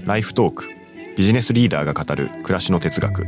ライフトーク、ビジネスリーダーが語る暮らしの哲学。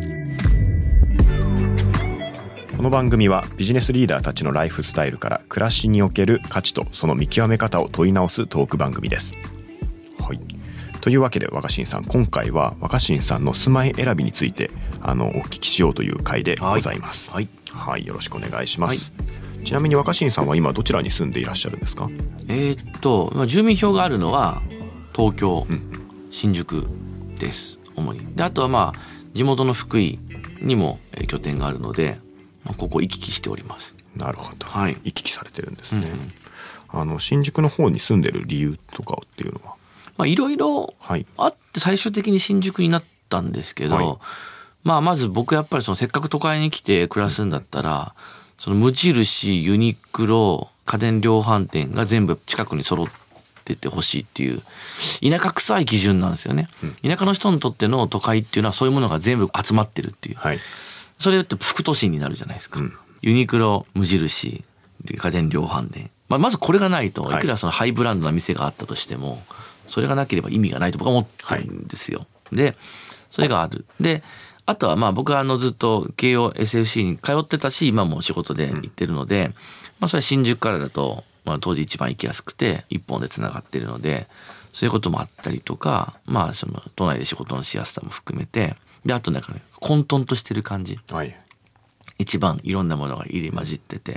この番組はビジネスリーダーたちのライフスタイルから暮らしにおける価値とその見極め方を問い直すトーク番組です。はい、というわけで若新さん、今回は若新さんの住まい選びについてお聞きしようという回でございます。はい、はい、よろしくお願いします。はい、ちなみに若新さんは今どちらに住んでいらっしゃるんですか？ 住民票があるのは東京、新宿です主に。であとは地元の福井にも拠点があるので、ここ行き来しております。 なるほど、 はい、 行き来されてるんですね。新宿の方に住んでる理由とかっていうのはいろいろあって最終的に新宿になったんですけど、はい、まず僕やっぱりせっかく都会に来て暮らすんだったら、その無印、ユニクロ、家電量販店が全部近くに揃っててほしいっていう田舎臭い基準なんですよね。田舎の人にとっての都会っていうのはそういうものが全部集まってるっていう、はい、それって副都心になるじゃないですか。ユニクロ、無印、家電量販店、まずこれがないと、いくらそのハイブランドな店があったとしてもそれがなければ意味がないと僕は思ってるんですよ。でそれがある。であとは僕はずっと慶応 SFC に通ってたし、今も仕事で行ってるので、それは新宿からだと、当時一番行きやすくて一本でつながってるので、そういうこともあったりとか、その都内で仕事のしやすさも含めて、であと混沌としてる感じ、はい、一番いろんなものが入り混じってて、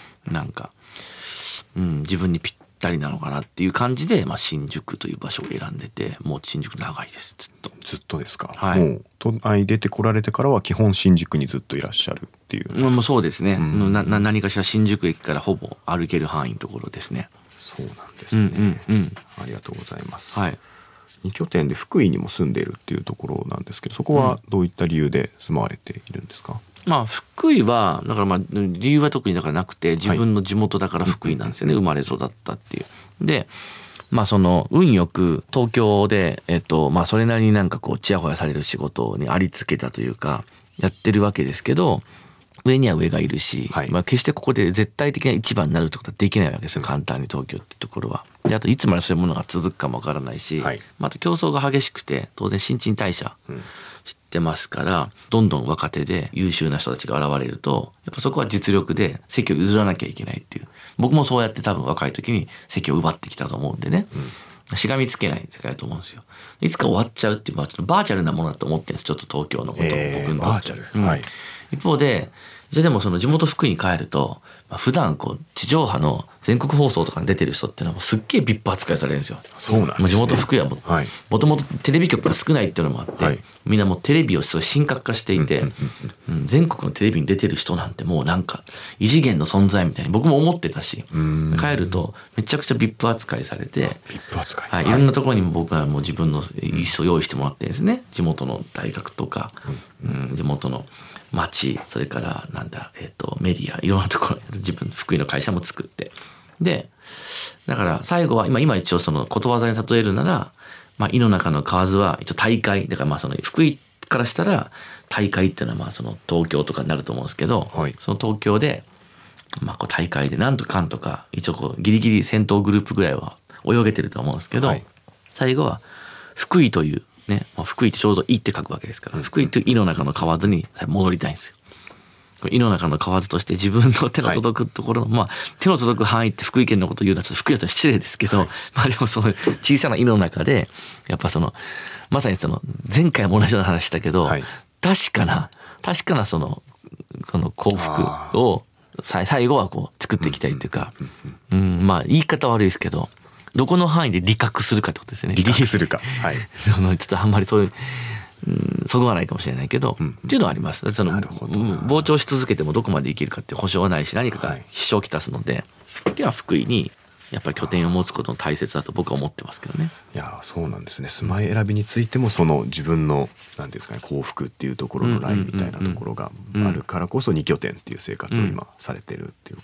自分にぴったりなのかなっていう感じで、新宿という場所を選んでて、もう新宿長いです。 ずっとですか？ はい、 もう都内出てこられてからは基本新宿にずっといらっしゃるっていう。 もうそうですね、何かしら新宿駅からほぼ歩ける範囲のところですね。 そうなんですね、ありがとうございます。はい、2拠点で福井にも住んでいるっていうところなんですけど、そこはどういった理由で住まわれているんですか？ 福井はだから理由は特になくて、自分の地元だから福井なんですよね、生まれ育ったっていう。でその運よく東京でそれなりにちやほやされる仕事にありつけたというかやってるわけですけど、上には上がいるし、決してここで絶対的な一番になるってことはできないわけですよ、簡単に東京ってところは。であといつまでそういうものが続くかもわからないし、あと競争が激しくて当然新陳代謝、知ってますから、どんどん若手で優秀な人たちが現れると、やっぱそこは実力で席を譲らなきゃいけないっていう。僕もそうやって多分若い時に席を奪ってきたと思うんでね、しがみつけない世界だと思うんですよ。いつか終わっちゃうっていう、ちょっとバーチャルなものだと思ってるんです、ちょっと東京のことを僕にとって。 バーチャル、 一方でそれでもその地元福井に帰ると、普段地上波の全国放送とかに出てる人っていうのはもうすっげえビップ扱いされるんですよ。 そうなんですね。 地元福井はもともとテレビ局が少ないっていうのもあって、みんなもうテレビをすごい神格化していて、全国のテレビに出てる人なんてもう異次元の存在みたいに僕も思ってたし、帰るとめちゃくちゃビップ扱いされて、 ビップ扱い、 いろんなところにも僕はもう自分の椅子を用意してもらってるんですね。地元の大学とか、地元の町、それからメディア、いろんなところ自分の福井の会社も作って、でだから最後は今一応そのことわざに例えるなら、井の中の蛙は一応大海だから、その福井からしたら大海っていうのはその東京とかになると思うんですけど、その東京で大海でなんとかんとか一応ギリギリ先頭グループぐらいは泳げてると思うんですけど、最後は福井というね、福井ってちょうど「井」って書くわけですから、福井という井の中の蛙に戻りたいんですよ。井の中の蛙として自分の手の届くところの、手の届く範囲って福井県のことを言うのはちょっと福井だと失礼ですけど、でもそういう小さな井の中でやっぱまさに前回も同じような話したけど、確かなこの幸福を最後は作っていきたいというか、言い方悪いですけど、どこの範囲で理覚するかってことですよね。 理覚するか、 ちょっとあんまりそういうそこはないかもしれないけど、っていうのはあります。膨張し続けてもどこまでいけるかって保証はないし、何かが支障をきたすので、では福井にやっぱり拠点を持つことの大切だと僕は思ってますけどね。 いやそうなんですね。住まい選びについてもその自分の何ですかね、幸福っていうところのラインみたいなところがあるからこそ2拠点っていう生活を今されてるっていうこと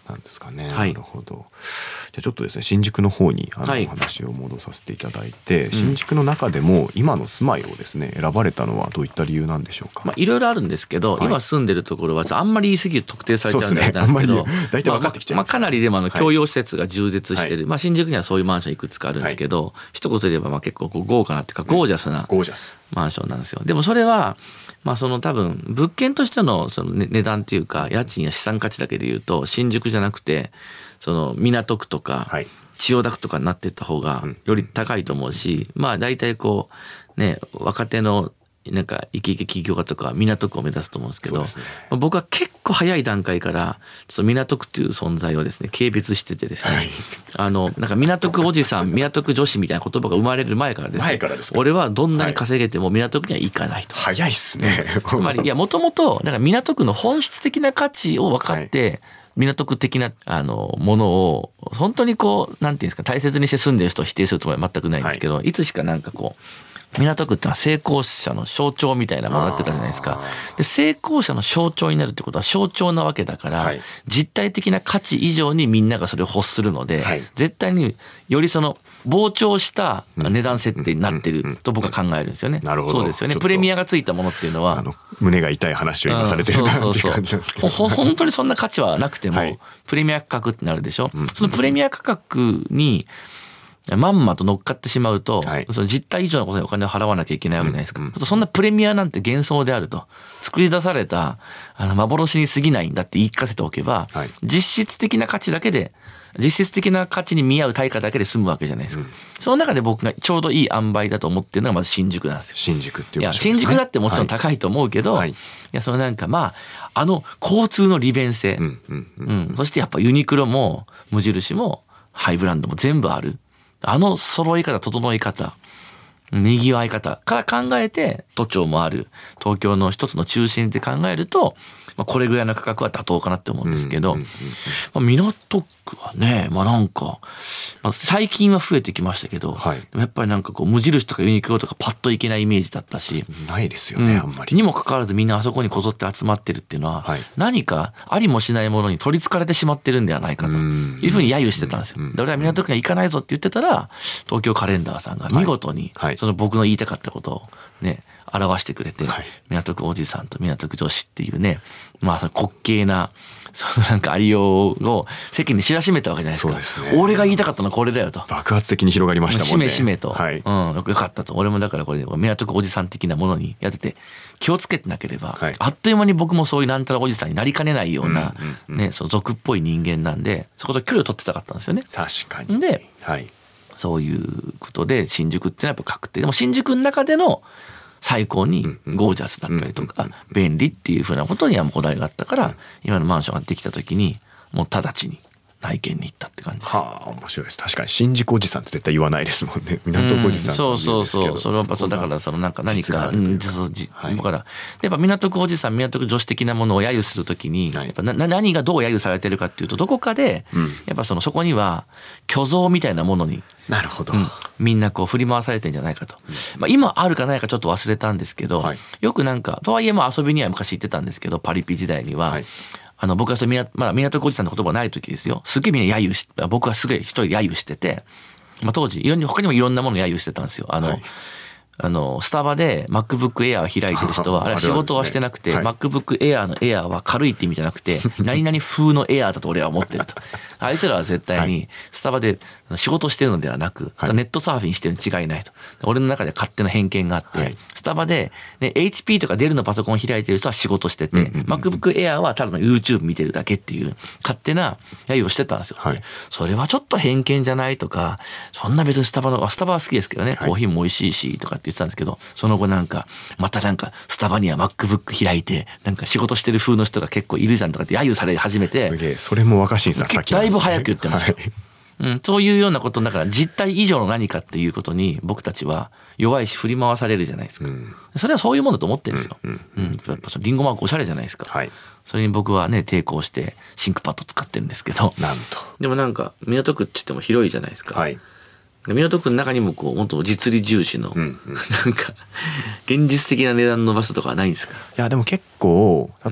なんですかね。 はい、 なるほど。じゃあちょっとですね、新宿の方におはい話を戻させていただいて、新宿の中でも今の住まいをですね選ばれたのはどういった理由なんでしょうか。 いろいろあるんですけど、今住んでるところはあんまり言い過ぎると特定されちゃうんであれなんですけど、 大体分かってきちゃいます。 かなりでも共用施設が充実してる、新宿にはそういうマンションいくつかあるんですけど、一言で言えば結構豪華なっていうかゴージャスなマンションなんですよ。でもそれはその多分物件としてのその値段っていうか家賃や資産価値だけで言うと新宿じゃなくてその港区とか千代田区とかになっていった方がより高いと思うし、大体こうね若手のなんかイケイケ起業家とか港区を目指すと思うんですけど、僕は結構早い段階からちょっと港区という存在をですね軽蔑しててですね、なんか港区おじさん港区女子みたいな言葉が生まれる前からですね、俺はどんなに稼げても港区には行かないと。 早いっすね。 つまりもともと港区の本質的な価値を分かって、港区的なものを本当にこうなんていうんですか大切にして住んでる人を否定するつもりは全くないんですけど、いつしかなんかこう港区ってのは成功者の象徴みたいなものになってたじゃないですか。で成功者の象徴になるってことは象徴なわけだから、実体的な価値以上にみんながそれを欲するので、絶対によりその膨張した値段設定になってると僕は考えるんですよね。そうですよね。プレミアがついたものっていうのは胸が痛い話を今されてるなっていう感じなんですけど、 本当にそんな価値はなくてもプレミア価格ってなるでしょ。そのプレミア価格にまんまと乗っかってしまうと、その実態以上のことにお金を払わなきゃいけないわけじゃないですか。そんなプレミアなんて幻想であると、作り出された幻に過ぎないんだって言い聞かせておけば、実質的な価値だけで実質的な価値に見合う対価だけで済むわけじゃないですか。その中で僕がちょうどいい塩梅だと思ってるのがまず新宿なんですよ。 新宿っていう場所ですね。 新宿だってもちろん高いと思うけど、そのなんか交通の利便性、そしてやっぱユニクロも無印もハイブランドも全部ある。揃い方、整い方、賑わい方から考えて都庁もある東京の一つの中心で考えると、これぐらいの価格は妥当かなって思うんですけど、港区はね、なんか最近は増えてきましたけど、でもやっぱりなんかこう無印とかユニクロとかパッといけないイメージだったし、 ないですよね、あんまり。にもかかわらずみんなあそこにこぞって集まってるっていうのは、何かありもしないものに取り憑かれてしまってるんではないかというふうに揶揄してたんですよ。で俺は港区には行かないぞって言ってたら、東京カレンダーさんが見事にその僕の言いたかったことをね表してくれて、港区おじさんと港区女子っていうね、滑稽なそのなんかありようを世間に知らしめたわけじゃないですか。俺が言いたかったのはこれだよと。 爆発的に広がりましたもんね。 しめと、よかったと。俺もだからこれ港区おじさん的なものにやってて気をつけてなければ、あっという間に僕もそういうなんたらおじさんになりかねないようなね、その俗っぽい人間なんで、そこと距離を取ってたかったんですよね。 確かに。 で、そういうことで新宿ってのはやっぱ確定。でも新宿の中での最高にゴージャスだったりとか便利っていうふうなことにはもうこだわりがあったから、今のマンションができた時にもう直ちに内見に行ったって感じです。 面白いです。確かに新宿おじさんって絶対言わないですもんね。港区おじさんって言うんですけど、 それはだからそのなんか何かだからやっぱ港区おじさん港区女子的なものを揶揄するときにやっぱ何がどう揶揄されてるかっていうと、どこかでやっぱそこには虚像みたいなものになるほど、 みんなこう振り回されてんじゃないかと、今あるかないかちょっと忘れたんですけど、よくなんかとはいえ遊びには昔行ってたんですけど、パリピ時代には、僕は港区おじさんの言葉ない時ですよ、すげえみんな揶揄して、僕はすげえ一人揶揄してて、当時他にもいろんなものを揶揄してたんですよ。スタバで MacBook Air を開いてる人はあれは仕事はしてなくて、MacBook Air の Air は軽いって意味じゃなくて何々風の Air だと俺は思ってると。あいつらは絶対にスタバで仕事してるのではなく、ネットサーフィンしてるに違いないと。俺の中で勝手な偏見があって、スタバで、HP とかデルのパソコンを開いてる人は仕事してて、MacBook Air はただの YouTube 見てるだけっていう勝手な揶揄をしてたんですよ。それはちょっと偏見じゃないとか、そんな別にスタバは好きですけどね、コーヒーも美味しいしとかって言ってたんですけど、その後またスタバには MacBook 開いてなんか仕事してる風の人が結構いるじゃんとかって揶揄され始めて、 すげえ、それも若新さん先だいぶ早く言ってます。そういうようなことだから、実態以上の何かっていうことに僕たちは弱いし振り回されるじゃないですか。それはそういうものだと思ってるんですよ。やっぱリンゴマークおしゃれじゃないですか。それに僕はね抵抗してシンクパッド使ってるんですけど、でもなんか港区って言っても広いじゃないですか。港区の中にも本当実利重視の、なんか現実的な値段の場所とかはないんですか。 いやでも結構例えば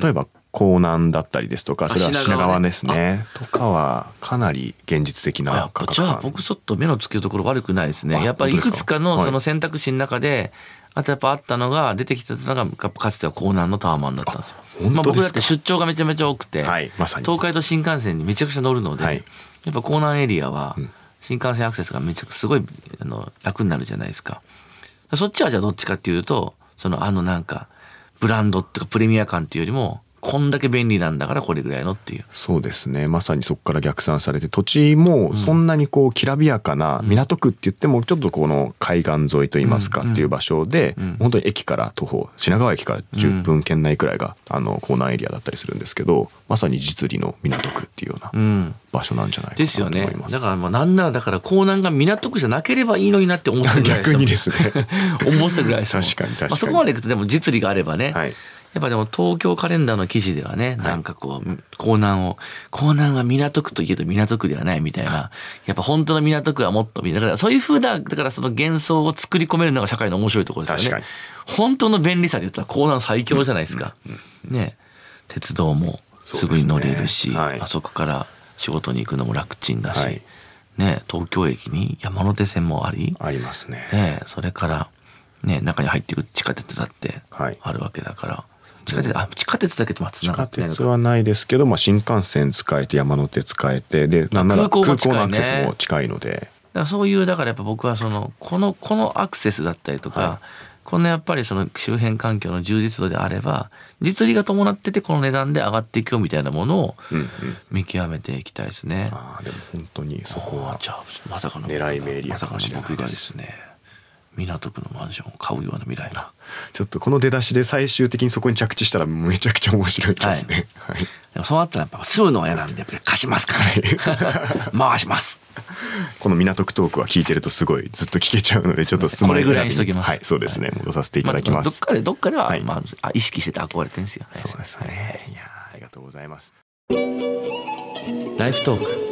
江南だったりですとか、それは品川ですねとかはかなり現実的な価格感。 じゃあ僕ちょっと目のつけるところ悪くないですね。やっぱりいくつかのその選択肢の中で、あとやっぱあったのが出てきてたのがかつては江南のタワマンだったんですよ。僕だって出張がめちゃめちゃ多くて、 まさに東海道新幹線にめちゃくちゃ乗るので、やっぱ江南エリアは新幹線アクセスがめちゃくちゃすごい楽になるじゃないですか。そっちはじゃあどっちかっていうと、なんかブランドっていうかプレミア感っていうよりも、こんだけ便利なんだからこれぐらいのっていう。 そうですね、まさにそこから逆算されて、土地もそんなにこうきらびやかな港区って言ってもちょっとこの海岸沿いといいますかっていう場所で、本当に駅から徒歩、品川駅から10分圏内くらいが江南エリアだったりするんですけど、まさに実利の港区っていうような場所なんじゃないかなと思います。 ですよね。だからなんならだから江南が港区じゃなければいいのになって思ったぐらいです。 逆にですね思ってたぐらいですもん。 確かにそこまでいくとでも実利があればね、やっぱでも東京カレンダーの記事ではね、なんかこう江南は港区といえど港区ではないみたいな、やっぱ本当の港区はもっとだからそういう風な、だからその幻想を作り込めるのが社会の面白いところですよね。本当の便利さで言ったら江南最強じゃないですか。ね、鉄道もすぐに乗れるし、あそこから仕事に行くのも楽ちんだし、ね、東京駅に山手線もありますね。 それからね、中に入っていく地下鉄だってあるわけだから。地下鉄だけとつながってないのか。 地下鉄はないですけど、新幹線使えて山手使えて、でなんなら空港のアクセスも近いので、 だからそういう、だからやっぱ僕はこのアクセスだったりとか、このやっぱりその周辺環境の充実度であれば実利が伴っててこの値段で上がっていくよみたいなものを見極めていきたいですね。 でも本当にそこはじゃあまさかの狙い目エリアかもしれないです。 港区のマンションを買うような未来が、 ちょっとこの出だしで最終的にそこに着地したらめちゃくちゃ面白いですね。 でもそうなったらやっぱするのは嫌なんで、やっぱり貸しますから回します。 この港区トークは聞いてるとすごいずっと聞けちゃうので、ちょっとこれぐらいにしときます。 そうですね、戻させていただきます。 どっかでは意識してて憧れてるんですよ。 そうですね。いやありがとうございます。 ライフトーク、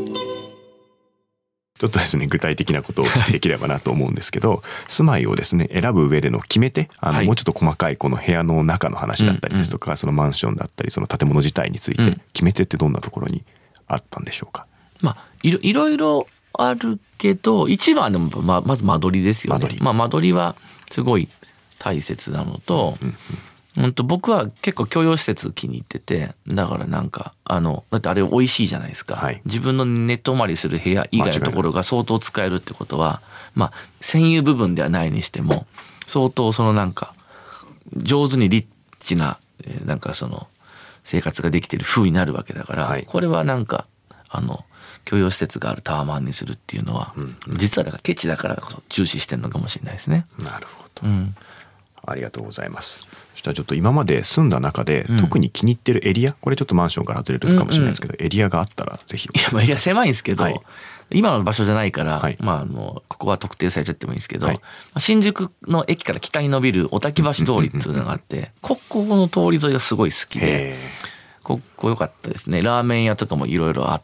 ちょっとですね、具体的なことをできればなと思うんですけど、住まいをですね選ぶ上での決め手、もうちょっと細かいこの部屋の中の話だったりですとか、そのマンションだったりその建物自体について決め手ってどんなところにあったんでしょうか。 いろいろあるけど、一番でもまず間取りですよね。間取りはすごい大切なのと、僕は結構共用施設気に入ってて、だからなんかだってあれ美味しいじゃないですか、自分の寝泊まりする部屋以外のところが相当使えるってことは、占有部分ではないにしても相当なんか上手にリッチななんか生活ができてる風になるわけだから、これはなんか共用施設があるタワマンにするっていうのは、実はだからケチだからこそ重視してるのかもしれないですね。 なるほど、ありがとうございます。そしたらちょっと今まで住んだ中で特に気に入ってるエリア、これちょっとマンションから外れるかもしれないですけど、エリアがあったらぜひ。 エリア狭いんですけど、今の場所じゃないから、ここは特定されちゃってもいいんですけど、新宿の駅から北に伸びる小滝橋通りっていうのがあって、ここの通り沿いがすごい好きで、ここ良かったですね。ラーメン屋とかもいろいろあって、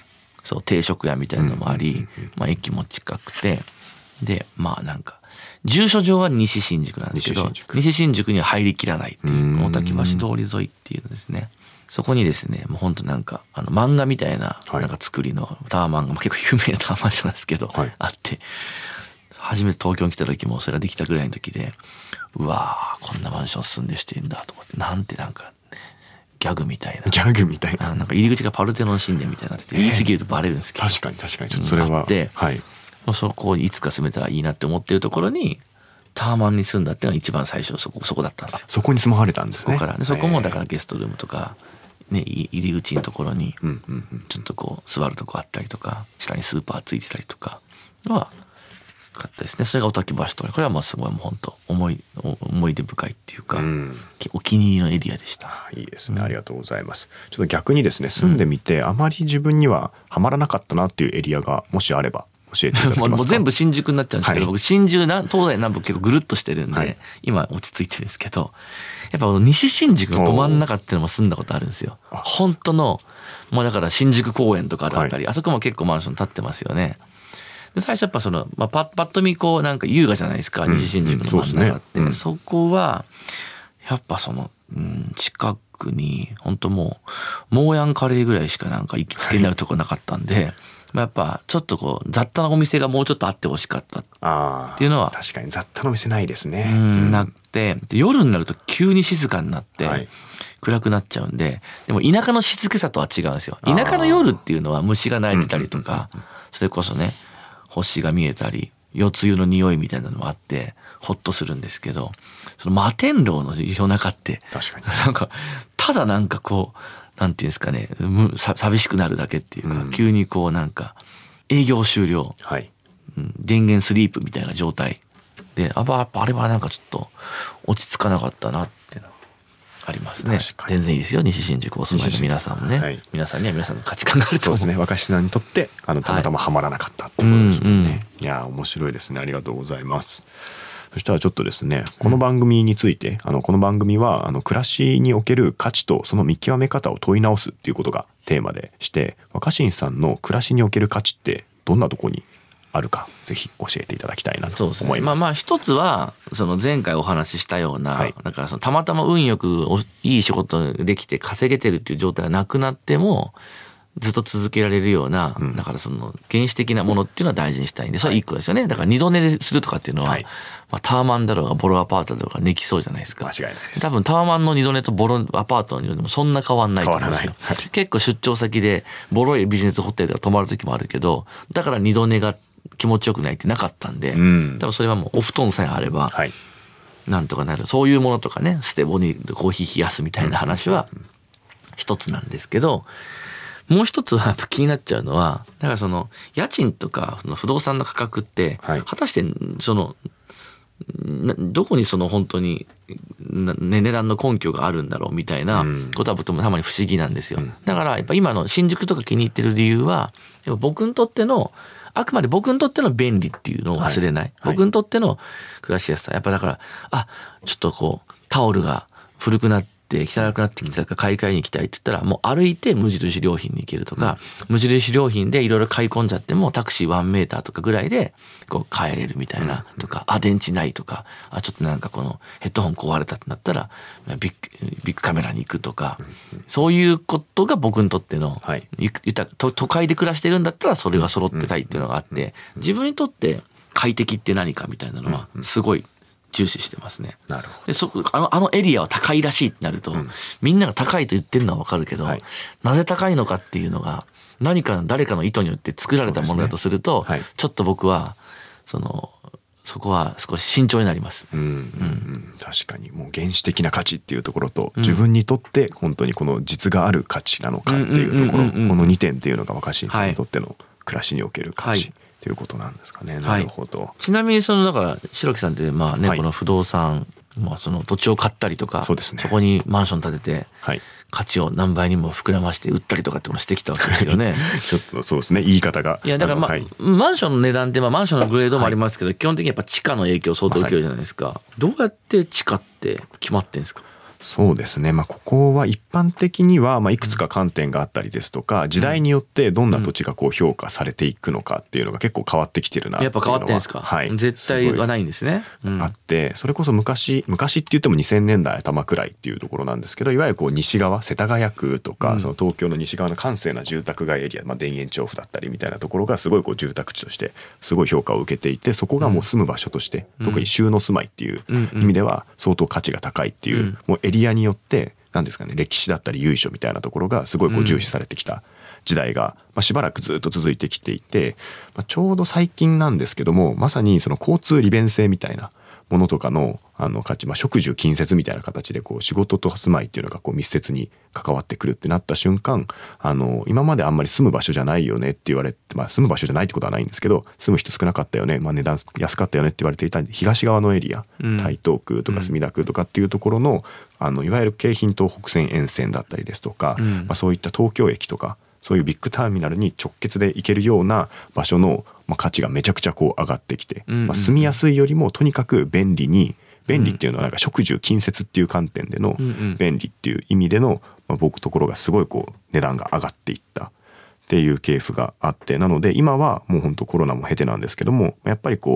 そう定食屋みたいなのもあり、駅も近くて、でなんか住所上は西新宿なんですけど、西新宿には入りきらないっていう大滝橋通り沿いっていうのですね。そこにですね、もう本当なんか漫画みたいななんか作りのタワーマンが結構有名なタワーマンションなんですけど、あって、初めて東京に来た時もそれができたぐらいの時で、うわーこんなマンション住んでしていいんだと思って、なんかギャグみたいななんか入り口がパルテノン神殿みたいなって言い過ぎるとバレるんですけど、 確かにちょっとそれはそこにいつか住めたらいいなって思ってるところにタワマンに住んだっていうのが一番最初そこだったんですよ。 そこに住まわれたんですね。 そこからそこもだからゲストルームとか、入り口のところにちょっとこう座るとこあったりとか、下にスーパーついてたりとかはかったですね。それが小滝橋とか、これはすごいもう本当思い出深いっていうか、お気に入りのエリアでした。 いいですね、ありがとうございます。ちょっと逆にですね、住んでみてあまり自分にはハマらなかったなっていうエリアがもしあれば教えていただけますか。 もう全部新宿になっちゃうんですけど、僕新宿東西南北結構ぐるっとしてるんで、今落ち着いてるんですけど、やっぱ西新宿のど真ん中っていうのも住んだことあるんですよ。本当のもうだから新宿公園とかだったり、あそこも結構マンション建ってますよね。で最初やっぱパッと見こうなんか優雅じゃないですか、西新宿の真ん中って、そこはやっぱ近区に本当もうモーヤンカレーぐらいしかなんか行きつけになるとこなかったんで、まあ、やっぱちょっとこう雑多なお店がもうちょっとあってほしかったっていうのは確かに雑多なお店ないですね。 なってで夜になると急に静かになって、暗くなっちゃうんで、でも田舎の静けさとは違うんですよ。田舎の夜っていうのは虫が鳴いてたりとか、それこそね星が見えたり夜露の匂いみたいなのもあってホッとするんですけど、その摩天楼の夜中って確かになんかただなんかこうなんていうんですかね、寂しくなるだけっていうか、急にこうなんか営業終了、電源スリープみたいな状態で、あれはなんかちょっと落ち着かなかったなっていうのはありますね。全然いいですよ、西新宿お住まいの皆さんもね、皆さんには皆さんの価値観があると思う。 そうですね、若新さんにとってたまたまハマらなかったってことですもんね。いや面白いですね、ありがとうございます。そしたらちょっとですね、この番組について、この番組は暮らしにおける価値とその見極め方を問い直すっていうことがテーマでして、若新さんの暮らしにおける価値ってどんなところにあるか、ぜひ教えていただきたいなと思います。 まあ一つはその前回お話ししたような、だからそのたまたま運よくいい仕事できて稼げてるっていう状態がなくなってもずっと続けられるような、だからその原始的なものっていうのは大事にしたいんで、それは一個ですよね。だから二度寝するとかっていうのは、まあ、タワマンだろうがボロアパートだろうが寝きそうじゃないですか。 間違いないです。 多分タワマンの二度寝とボロアパートの二度寝もそんな変わんないと思うんですよ。結構出張先でボロいビジネスホテルが泊まる時もあるけど、だから二度寝が気持ちよくないってなかったんで、多分それはもうお布団さえあればなんとかなる、そういうものとかね、ステボにコーヒー冷やすみたいな話は一つなんですけど、もう一つはやっぱ気になっちゃうのは、だからその家賃とかその不動産の価格って果たしてそのどこにその本当に値段の根拠があるんだろうみたいなことは僕もたまに不思議なんですよ。だからやっぱ今の新宿とか気に入ってる理由は、やっぱ僕にとってのあくまで僕にとっての便利っていうのを忘れない、僕にとっての暮らしやすさ、やっぱだからちょっとこうタオルが古くなって汚くなってきたから買い替えに行きたいって言ったら、もう歩いて無印良品に行けるとか、無印良品でいろいろ買い込んじゃってもタクシー1メーターとかぐらいでこう帰れるみたいなとか、電池ないとか、ちょっとなんかこのヘッドホン壊れたってなったらビッグカメラに行くとか、そういうことが僕にとっての、都会で暮らしてるんだったらそれが揃ってたいっていうのがあって、自分にとって快適って何かみたいなのはすごい重視してますね。 なるほど。であのエリアは高いらしいってなると、みんなが高いと言ってるのは分かるけど、なぜ高いのかっていうのが誰かの意図によって作られたものだとすると、ちょっと僕はそこは少し慎重になります。 確かにもう原始的な価値っていうところと、自分にとって本当にこの実がある価値なのかっていうところ、この2点っていうのが若新さんにとっての暮らしにおける価値、ということなんですかね。なるほど。 ちなみにだから白木さんってこの不動産、その土地を買ったりとか、そこにマンション建てて、価値を何倍にも膨らまして売ったりとかってものしてきたわけですよね。 ちょっとそうですね、言い方が。 いやだからマンションの値段ってマンションのグレードもありますけど、基本的にやっぱ地価の影響を相当受けるじゃないですか。どうやって地価って決まってんですか？ そうですね、ここは一般的にはいくつか観点があったりですとか、時代によってどんな土地がこう評価されていくのかっていうのが結構変わってきてるなっていうのは、 やっぱ変わってんですか？絶対はないんですね。 あって、それこそ昔って言っても2000年代頭くらいっていうところなんですけど、いわゆるこう西側世田谷区とか、その東京の西側の閑静な住宅街エリア、田園調布だったりみたいなところがすごいこう住宅地としてすごい評価を受けていて、そこがもう住む場所として、特に週の住まいっていう意味では相当価値が高いっていう、もうエリアによってなんですかね、歴史だったり由緒みたいなところがすごいこう重視されてきた時代がしばらくずっと続いてきていて、ちょうど最近なんですけども、まさにその交通利便性みたいなものとかの価値、食住近接みたいな形でこう仕事と住まいっていうのがこう密接に関わってくるってなった瞬間、今まであんまり住む場所じゃないよねって言われて、住む場所じゃないってことはないんですけど、住む人少なかったよね、値段安かったよねって言われていた東側のエリア、台東区とか墨田区とかっていうところの、いわゆる京浜東北線沿線だったりですとか、そういった東京駅とかそういうビッグターミナルに直結で行けるような場所の価値がめちゃくちゃこう上がってきて、住みやすいよりもとにかく便利っていうのはなんか食住近接っていう観点での便利っていう意味での僕ところがすごいこう値段が上がっていったっていう系譜があって、なので今はもう本当コロナも経てなんですけども、やっぱりこう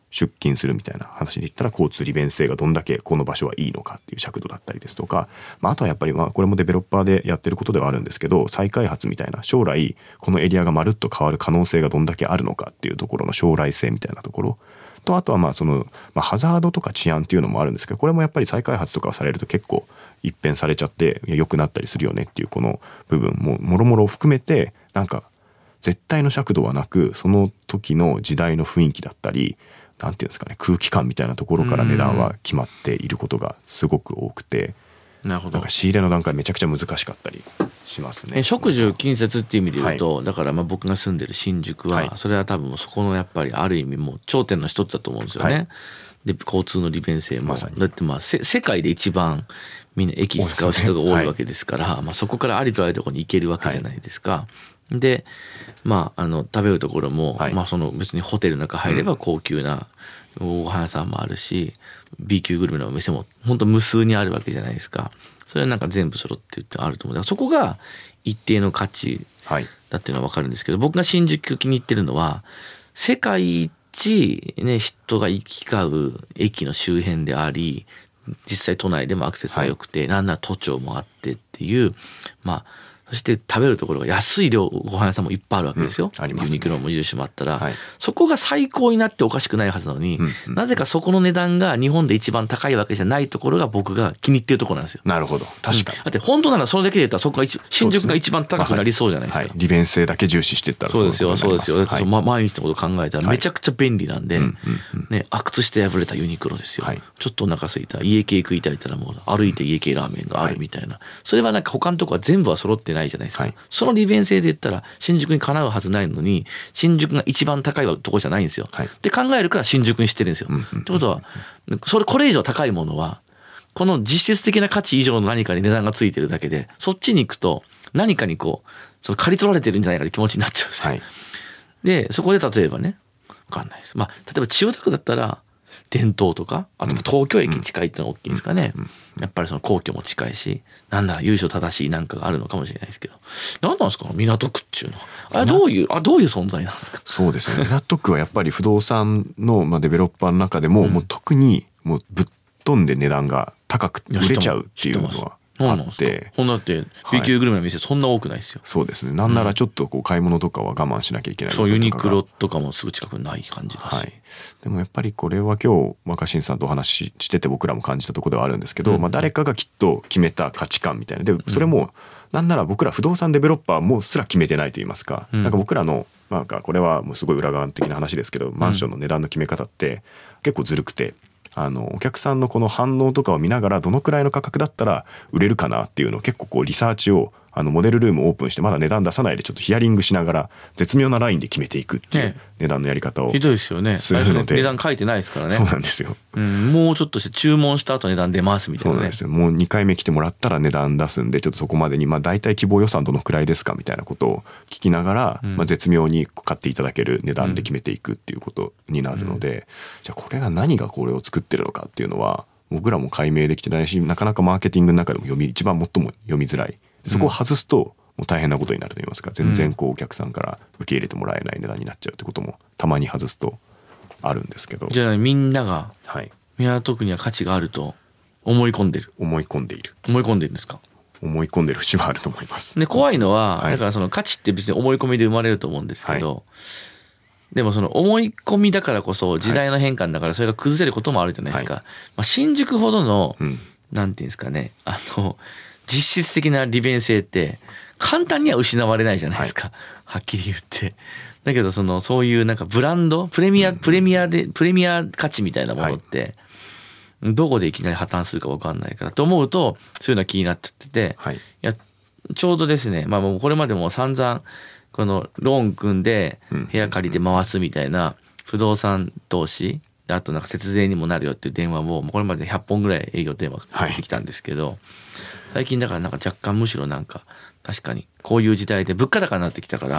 出勤するみたいな話で言ったら、交通利便性がどんだけこの場所はいいのかっていう尺度だったりですとか、あとはやっぱりこれもデベロッパーでやってることではあるんですけど、再開発みたいな、将来このエリアがまるっと変わる可能性がどんだけあるのかっていうところの将来性みたいなところと、あとはハザードとか治安っていうのもあるんですけど、これもやっぱり再開発とかされると結構一変されちゃって良くなったりするよねっていう、この部分ももろもろ含めて、なんか絶対の尺度はなく、その時の時代の雰囲気だったり、なんていうんですかね、空気感みたいなところから値段は決まっていることがすごく多くて、 なるほど。 なんか仕入れの段階めちゃくちゃ難しかったりしますね。 職住近接っていう意味で言うと、だから僕が住んでる新宿は、それは多分そこのやっぱりある意味もう頂点の一つだと思うんですよね。で交通の利便性も、だって世界で一番みんな駅使う人が多いわけですから、そこからありとあらゆるところに行けるわけじゃないですか。で食べるところも、その別にホテルの中入れば高級なご飯屋さんもあるし、B 級グルメのお店も本当無数にあるわけじゃないですか。それはなんか全部揃ってるってあると思う。だからそこが一定の価値だっていうのは分かるんですけど、僕が新宿気に入ってるのは、世界一ね人が行き交う駅の周辺であり、実際都内でもアクセスが良くて、なんなら都庁もあってっていう、そして食べるところが安いご飯屋さんもいっぱいあるわけですよ。 ありますね。 ユニクロも無印もあったら、そこが最高になっておかしくないはずなのに、なぜかそこの値段が日本で一番高いわけじゃないところが僕が気に入ってるところなんですよ。 なるほど、確かに。 だって本当ならそれだけで言ったらそこが新宿が一番高くなりそうじゃないですか。 利便性だけ重視していったらそうですよ、そうですよ。毎日のこと考えたらめちゃくちゃ便利なんで、靴下破れたユニクロですよ。ちょっとお腹空いた家系食いたいったらもう歩いて家系ラーメンがあるみたいな。それはなんか他のとこは全部は揃ってないじゃないですか。その利便性で言ったら新宿にかなうはずないのに、新宿が一番高いとこじゃないんですよ。で考えるから新宿にしてるんですよ。ってことはこれ以上高いものはこの実質的な価値以上の何かに値段がついてるだけで、そっちに行くと何かにその刈り取られてるんじゃないかって気持ちになっちゃうんですよ。でそこで例えばね、分かんないです。例えば千代田区だったら伝統とか、あと東京駅近いっていうのが大きいんですかね。やっぱりその皇居も近いし、なんだ由緒正しいなんかがあるのかもしれないですけど、何なんですか港区っていうのは。あれどういう存在なんですか。 そうですね。港区はやっぱり不動産のデベロッパーの中でも、もう特にもうぶっ飛んで値段が高く売れちゃうっていうのはあって、 ほんだって B 級グルメの店そんな多くないですよ。 そうですね。なんならちょっと買い物とかは我慢しなきゃいけない。 そうユニクロとかもすぐ近くにない感じだし。 でもやっぱりこれは今日若新さんとお話ししてて僕らも感じたところではあるんですけど、誰かがきっと決めた価値観みたいなで、それもなんなら僕ら不動産デベロッパーもすら決めてないと言いますか、なんか僕らのこれはもうすごい裏側的な話ですけど、マンションの値段の決め方って結構ずるくて、お客さんのこの反応とかを見ながらどのくらいの価格だったら売れるかなっていうのを結構リサーチをモデルルームをオープンしてまだ値段出さないでちょっとヒアリングしながら絶妙なラインで決めていくっていう値段のやり方をひどいですよね。 するので、 値段書いてないですからね。 そうなんですよ。 もうちょっとして注文した後値段出ますみたいなね。 そうなんですよ。もう2回目来てもらったら値段出すんでちょっとそこまでに大体希望予算どのくらいですかみたいなことを聞きながら、絶妙に買っていただける値段で決めていくっていうことになるので、じゃあこれが何がこれを作ってるのかっていうのは僕らも解明できてないし、なかなかマーケティングの中でも一番最も読みづらい。そこを外すともう大変なことになると言いますか、全然お客さんから受け入れてもらえない値段になっちゃうってこともたまに外すとあるんですけど。 じゃあみんなが港区には価値があると思い込んでいるんですか。 思い込んでる節はあると思います。 で怖いのは、だからその価値って別に思い込みで生まれると思うんですけど、でもその思い込みだからこそ時代の変換だからそれが崩せることもあるじゃないですか。新宿ほどの、なんていうんですかね、実質的な利便性って簡単には失われないじゃないですか、はっきり言って。だけどそういうなんかブランドプレミア価値みたいなものって、どこでいきなり破綻するか分かんないからと思うとそういうのは気になっちゃってて、いやちょうどですね、もうこれまでも散々このローン組んで部屋借りて回すみたいな不動産投資、あとなんか節税にもなるよっていう電話をこれまで100本ぐらい営業電話かけてきたんですけど、最近だからなんか若干むしろなんか確かにこういう時代で物価高になってきたから、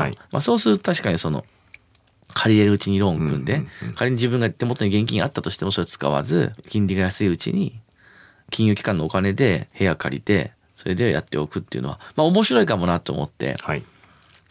そうすると確かに借りれるうちにローン組んで、仮に自分が手元に現金あったとしてもそれを使わず金利が安いうちに金融機関のお金で部屋借りてそれでやっておくっていうのは面白いかもなと思って、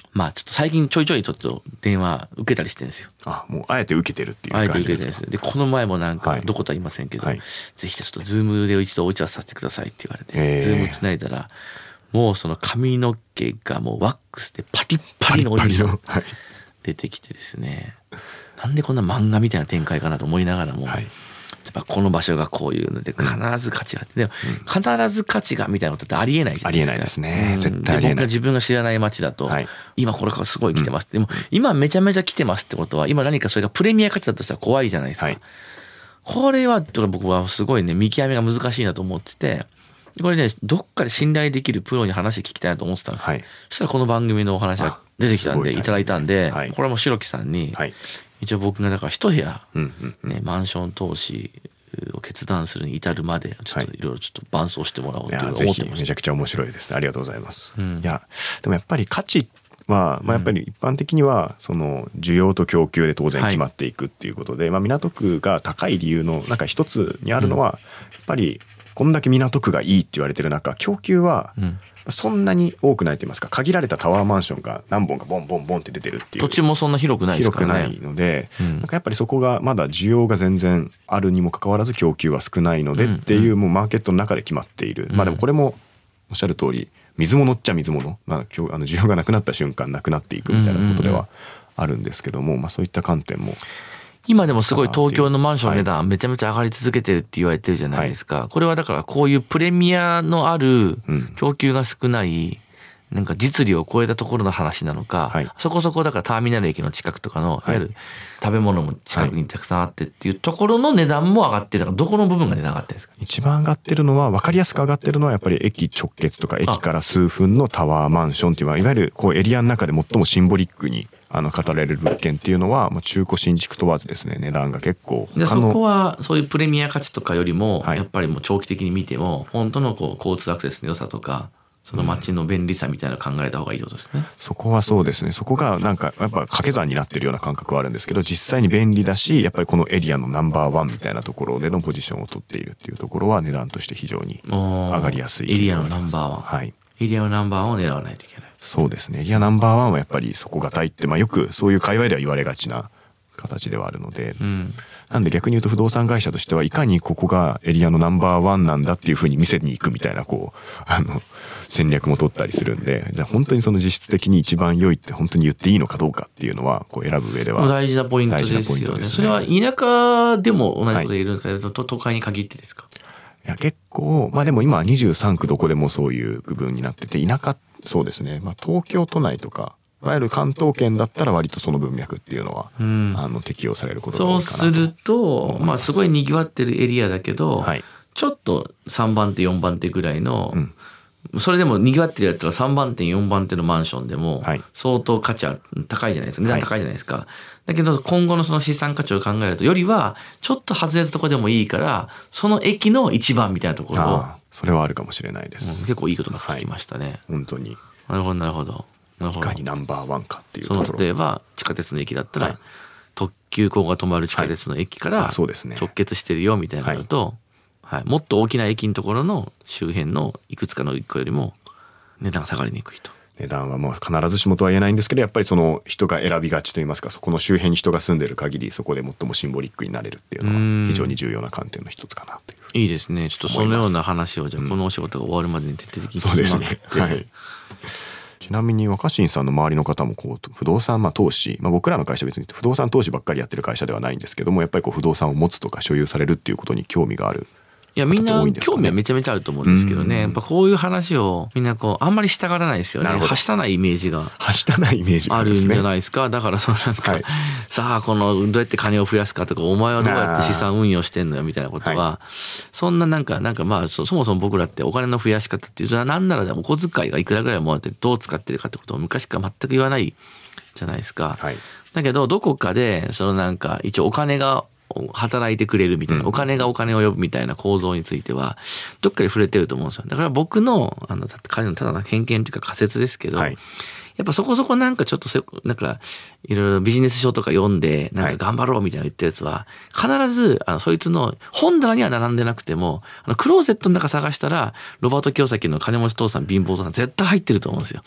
まあちょっと最近ちょいちょいちょっと電話受けたりしてるんですよ。 あ、もうあえて受けてるっていうあえて感じですか。 受けてるんです。でこの前もなんかはいどことは言いませんけど、 はいぜひちょっとズームで一度お打ち合わせさせてくださいって言われて、 へーズームつないだらもうその髪の毛がもうワックスでパリッパリのおじさんはい出てきてですね、なんでこんな漫画みたいな展開かなと思いながらも、 はいやっぱこの場所がこういうので必ず価値があって、でも必ず価値がみたいなことってありえないじゃないですか。 ありえないですねうん絶対ありえないで僕が自分が知らない街だと、 はい今これからすごい来てます、でも今めちゃめちゃ来てますってことは今何かそれがプレミア価値だとしたら怖いじゃないですか、 はいこれは僕はすごいね見極めが難しいなと思ってて、これねどっかで信頼できるプロに話聞きたいなと思ってたんですよ、 はいそしたらこの番組のお話が出てきたんあすごいでいただいたんで、 はいこれはもう白木さんに、 はい一応僕がだから一部屋、 うんうんうんね、マンション投資を決断するに至るまでちょっといろいろちょっと伴走してもらおうといういやぜひ思ってました。 めちゃくちゃ面白いですね。ありがとうございます。 うんいやでもやっぱり価値は、まあ、やっぱり一般的にはその需要と供給で当然決まっていくっていうことで、まあ、港区が高い理由のなんか一つにあるのは、やっぱりこんだけ港区がいいって言われてる中供給はうんそんなに多くないと言いますか、限られたタワーマンションが何本かボンボンボンって出てるっていう土地もそんな広くないです広くからね。 ないので、 うんなんかやっぱりそこがまだ需要が全然あるにもかかわらず供給は少ないのでっていう、もうマーケットの中で決まっている、まあでもこれもおっしゃる通り水物っちゃ水物、まあ、今日需要がなくなった瞬間なくなっていくみたいなことではあるんですけども、まあ、そういった観点も今でもすごい東京のマンションの値段めちゃめちゃ上がり続けてるって言われてるじゃないですか、これはだからこういうプレミアのあるうん供給が少ないなんか実利を超えたところの話なのか、 はいそこそこだからターミナル駅の近くとかのいわゆる食べ物も近くにたくさんあってっていうところの値段も上がってるのか、どこの部分が値段上がってるんですか。 一番上がってるのは分かりやすく上がってるのはやっぱり駅直結とか駅から数分のタワーマンションっていうのはいわゆるこうエリアの中で最もシンボリックに語られる物件っていうのはもう中古新築問わずですね、値段が結構で他のそこはそういうプレミア価値とかよりもはいやっぱりもう長期的に見ても本当のこう交通アクセスの良さとかその街の便利さみたいなのを考えた方がいいってことですね。 そこはそうですね。そこがなんかやっぱ掛け算になってるような感覚はあるんですけど、実際に便利だし、やっぱりこのエリアのナンバーワンみたいなところでのポジションを取っているっていうところは値段として非常に上上がりやすい。 エリアのナンバーワン、 はい。 エリアのナンバーワンを狙わないといけない。 そうですね。エリアナンバーワンはやっぱりそこがたいって、まあよくそういう界隈では言われがちな形ではあるので、 うんなんで逆に言うと不動産会社としてはいかにここがエリアのナンバーワンなんだっていうふうに見せに行くみたいなこう戦略も取ったりするんで、じゃあ本当にその実質的に一番良いって本当に言っていいのかどうかっていうのはこう選ぶ上では大事なポイントです大事なポイントよね。 ですねそれは田舎でも同じこと言えるんですか、都会に限ってですか。 いや結構まあでも今は23区どこでもそういう部分になってて、田舎そうですね、まあ、東京都内とかいわゆる関東圏だったら割とその文脈っていうのは、 うん適用されることがそう多いかなと。 するとまあすごい賑わってるエリアだけど、 はいちょっと3番手4番手ぐらいの、 うんそれでも賑わってるやったら3番手4番手のマンションでもはい相当価値ある高いじゃないですか、値段高いじゃないですか、だけど今後のその資産価値を考えるとよりはちょっと外れたところでもいいからその駅の一番みたいなところを、 ああそれはあるかもしれないです、 結構いいことが聞きましたね、 本当になるほどなるほどなるほど。 いかにナンバーワンかっていうそところ。 の例えば地下鉄の駅だったら、 はい特急号が止まる地下鉄の駅からあそうですね直結してるよみたいなのと、はいもっと大きな駅のところの周辺のいくつかの一個よりも値段が下がりにくいと。 値段はもう必ずしもとは言えないんですけど、やっぱりその人が選びがちといいますか、そこの周辺に人が住んでる限りそこで最もシンボリックになれるっていうのは非常に重要な観点の一つかなという。 いいですね。ちょっとそのような話をじゃあこのお仕事が終わるまでに徹底的にそうですね聞きまくって、 はい。ちなみに若新さんの周りの方もこう不動産投資、僕らの会社は別に不動産投資ばっかりやってる会社ではないんですけども、やっぱりこう不動産を持つとか所有されるっていうことに興味がある。 いやみんな方って多いんですかね興味はめちゃめちゃあると思うんですけどうんね、やっぱこういう話をみんなこうあんまりしたがらないですよね。 なるほどはしたないイメージがはしたないイメージがあるんですね。 じゃないですか。だからそのなんか、 はいさあこのどうやって金を増やすかとかお前はどうやって資産運用してんのよみたいなことは、そんななんかまあそもそも僕らってお金の増やし方っていうそれは何ならでもお小遣いがいくらぐらいもらってどう使ってるかってことを昔から全く言わないじゃないですか。 はい。 だけどどこかでそのなんか一応お金が働いてくれるみたいな、お金がお金を呼ぶみたいな構造についてはどっかで触れてると思うんですよ。だから僕の彼のただの偏見というか仮説ですけど、 はいやっぱそこそこなんかちょっとなんかいろいろビジネス書とか読んでなんか頑張ろうみたいな言ったやつは必ずそいつの本棚には並んでなくてもクローゼットの中探したらロバート清崎の金持ち父さん貧乏父さん絶対入ってると思うんですよ。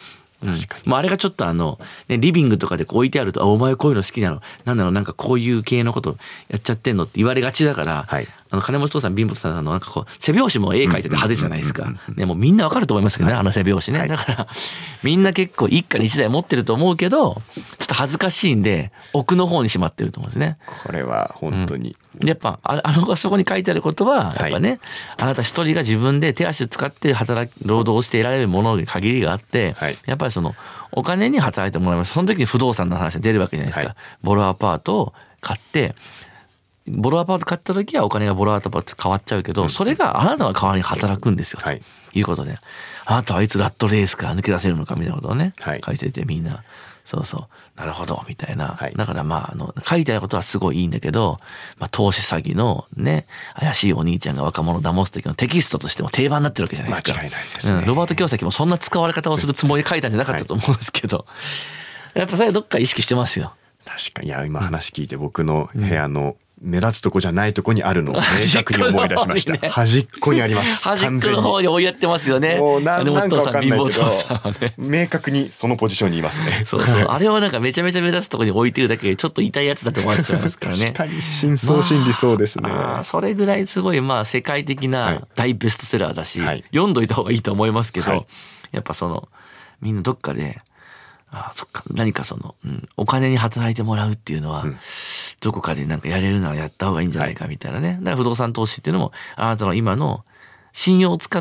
確かに。 まあ、あれがちょっとね、リビングとかでこう置いてあると、お前こういうの好きなの、なんだろう、なんかこういう系のことやっちゃってんのって言われがちだから、 はい、 金持ち父さん貧乏さんなんかこう背表紙も絵描いてて派手じゃないですか。ね、もうみんなわかると思いますけどね、背表紙ね。だからみんな結構一家に一台持ってると思うけど、ちょっと恥ずかしいんで奥の方にしまってると思うんですね。 これは本当に。 やっぱそこに書いてあることはやっぱね、あなた一人が自分で手足使って労働して得られるものに限りがあって、やっぱりそのお金に働いてもらいます。その時に不動産の話が出るわけじゃないですか。ボロアパートを買って、ボロアパート買った時はお金がボロアパート変わっちゃうけど、それがあなたの代わりに働くんですよ、ということで、あなたはいつラットレースから抜け出せるのかみたいなことをね、書いてて、みんなそうそうなるほどみたいな、だからまあ書いてあることはすごいいいんだけど、まあ、投資詐欺のね怪しいお兄ちゃんが若者を騙す時のテキストとしても定番になってるわけじゃないですか。 間違いないですね。 ロバート清崎もそんな使われ方をするつもりで書いたんじゃなかったと思うんですけど、やっぱそれはどっか意識してますよ。 確かに。いや今話聞いて僕の部屋の目立つとこじゃないとこにあるのを明確に思い出しました。端っこにあります。 端っこの方に追いやってますよね。 もうなんかわかんないけど、 ね、 明確にそのポジションにいますね。 そうそう。あれはなんかめちゃめちゃ目立つところに置いてるだけでちょっと痛いやつだと思われちゃいますからね。 確かに深層心理そうですね。 それぐらいすごいまあ世界的な大ベストセラーだし、読んどいた方がいいと思いますけど、やっぱみんなどっかで。そっか、何かお金に働いてもらうっていうのは、どこかでなんかやれるならやった方がいいんじゃないかみたいなね。だから不動産投資っていうのも、あなたの今の信用を使って、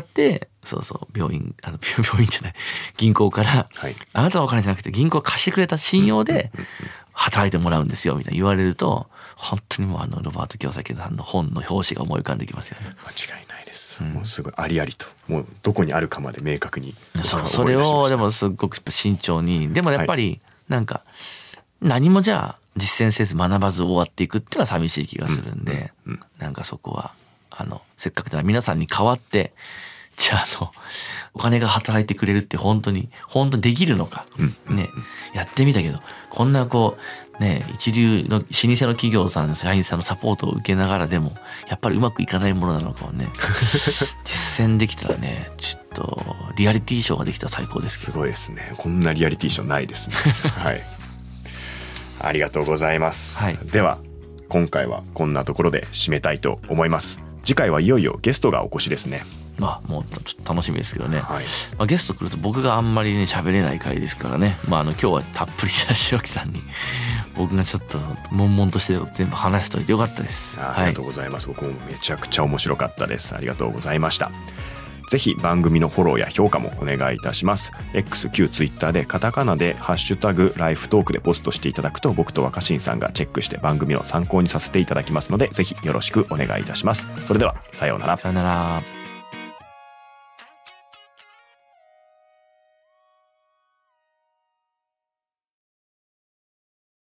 病院じゃない、銀行から、あなたのお金じゃなくて銀行が貸してくれた信用で働いてもらうんですよ、みたいな言われると、本当にもうロバート清崎さんの本の表紙が思い浮かんできますよね。 間違いないです。もうすごいありありと、もうどこにあるかまで明確に。 それをでもすごく慎重に、でもやっぱりなんか何もじゃあ実践せず学ばず終わっていくっていうのは寂しい気がするんで、なんかそこはせっかくなら皆さんに代わってじゃあお金が働いてくれるって本当にできるのか、ね、やってみたけどこんなね、一流の老舗の企業さん、社員さんのサポートを受けながらでもやっぱりうまくいかないものなのかをね実践できたらね、ちょっとリアリティショーができたら最高ですけど。 すごいですね。こんなリアリティショーないですね。はい、ありがとうございます、では今回はこんなところで締めたいと思います。次回はいよいよゲストがお越しですね。 もうちょっと楽しみですけどね、ゲスト来ると僕があんまりね喋れない回ですからね、今日はたっぷりした白木さんに僕がちょっと悶々としてること全部話しといてよかったです。 ありがとうございます、僕もめちゃくちゃ面白かったです。ありがとうございました。ぜひ番組のフォローや評価もお願いいたします。 X 旧 Twitter でカタカナでハッシュタグライフトークでポストしていただくと僕と若新さんがチェックして番組の参考にさせていただきますので、ぜひよろしくお願いいたします。それではさようなら。 さようなら。